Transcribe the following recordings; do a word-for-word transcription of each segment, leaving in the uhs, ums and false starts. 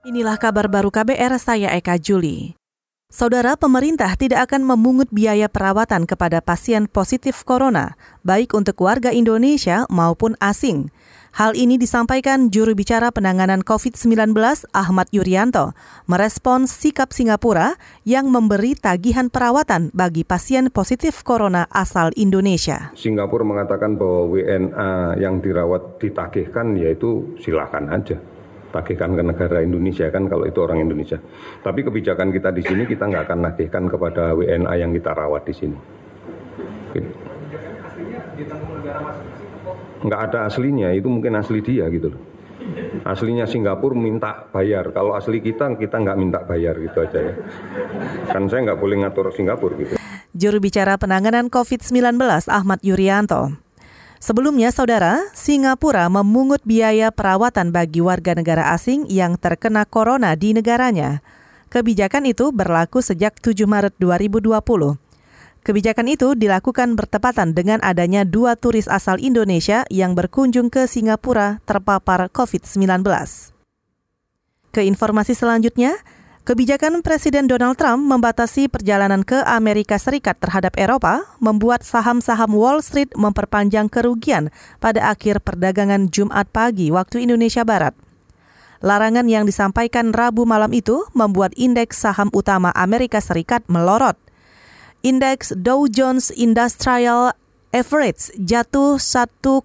Inilah kabar baru K B R, saya Eka Juli. Saudara, pemerintah tidak akan memungut biaya perawatan kepada pasien positif corona, baik untuk warga Indonesia maupun asing. Hal ini disampaikan juru bicara penanganan covid sembilan belas Ahmad Yuryanto merespons sikap Singapura yang memberi tagihan perawatan bagi pasien positif corona asal Indonesia. Singapura mengatakan bahwa W N A yang dirawat ditagihkan, yaitu silakan aja. Tagihkan ke negara Indonesia kan kalau itu orang Indonesia. Tapi kebijakan kita di sini kita nggak akan nagihkan kepada W N A yang kita rawat di sini. Nggak ada aslinya, itu mungkin asli dia gitu loh. Aslinya Singapura minta bayar, kalau asli kita, kita nggak minta bayar gitu aja ya. Kan saya nggak boleh ngatur Singapura gitu. Juru bicara penanganan covid sembilan belas Ahmad Yuryanto. Sebelumnya, saudara, Singapura memungut biaya perawatan bagi warga negara asing yang terkena corona di negaranya. Kebijakan itu berlaku sejak tujuh Maret dua ribu dua puluh. Kebijakan itu dilakukan bertepatan dengan adanya dua turis asal Indonesia yang berkunjung ke Singapura terpapar covid sembilan belas. Ke informasi selanjutnya, kebijakan Presiden Donald Trump membatasi perjalanan ke Amerika Serikat terhadap Eropa membuat saham-saham Wall Street memperpanjang kerugian pada akhir perdagangan Jumat pagi waktu Indonesia Barat. Larangan yang disampaikan Rabu malam itu membuat indeks saham utama Amerika Serikat melorot. Indeks Dow Jones Industrial Average jatuh satu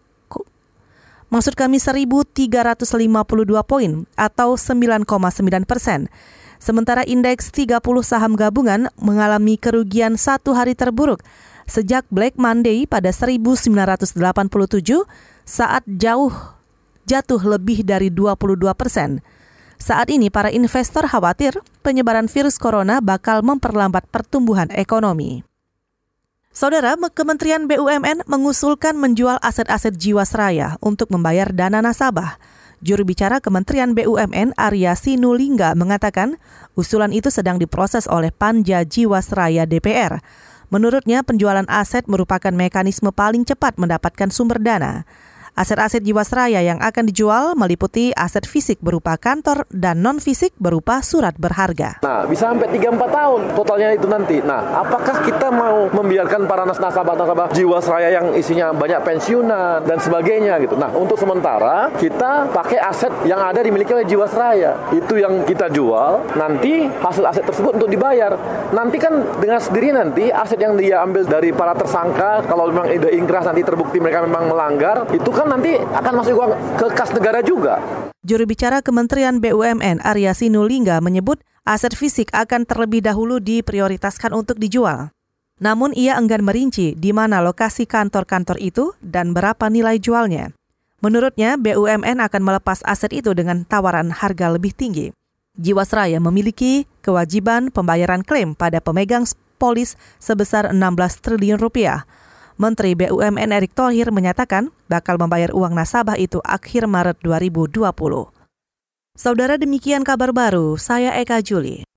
maksud kami seribu tiga ratus lima puluh dua poin atau sembilan koma sembilan persen. Sementara indeks tiga puluh saham gabungan mengalami kerugian satu hari terburuk sejak Black Monday pada seribu sembilan ratus delapan puluh tujuh saat jauh jatuh lebih dari dua puluh dua persen. Saat ini para investor khawatir penyebaran virus corona bakal memperlambat pertumbuhan ekonomi. Saudara, Kementerian B U M N mengusulkan menjual aset-aset Jiwasraya untuk membayar dana nasabah. Juru bicara Kementerian B U M N Arya Sinulinga mengatakan usulan itu sedang diproses oleh Panja Jiwasraya D P R. Menurutnya penjualan aset merupakan mekanisme paling cepat mendapatkan sumber dana. Aset-aset Jiwasraya yang akan dijual meliputi aset fisik berupa kantor dan non-fisik berupa surat berharga. Nah, bisa sampai tiga sampai empat tahun totalnya itu nanti. Nah, apakah kita mau membiarkan para nasabah-nasabah Jiwasraya yang isinya banyak pensiunan dan sebagainya gitu. Nah, untuk sementara kita pakai aset yang ada dimiliki oleh Jiwasraya. Itu yang kita jual, nanti hasil aset tersebut untuk dibayar. Nanti kan dengan sendiri nanti aset yang dia ambil dari para tersangka, kalau memang ada ingkrah nanti terbukti mereka memang melanggar, itu kan nanti akan masuk uang ke kas negara juga. Juru bicara Kementerian B U M N Arya Sinulinga menyebut aset fisik akan terlebih dahulu diprioritaskan untuk dijual. Namun ia enggan merinci di mana lokasi kantor-kantor itu dan berapa nilai jualnya. Menurutnya B U M N akan melepas aset itu dengan tawaran harga lebih tinggi. Jiwasraya memiliki kewajiban pembayaran klaim pada pemegang polis sebesar enam belas triliun rupiah. Menteri B U M N Erick Thohir menyatakan bakal membayar uang nasabah itu akhir Maret dua ribu dua puluh. Saudara, demikian kabar baru, saya Eka Juli.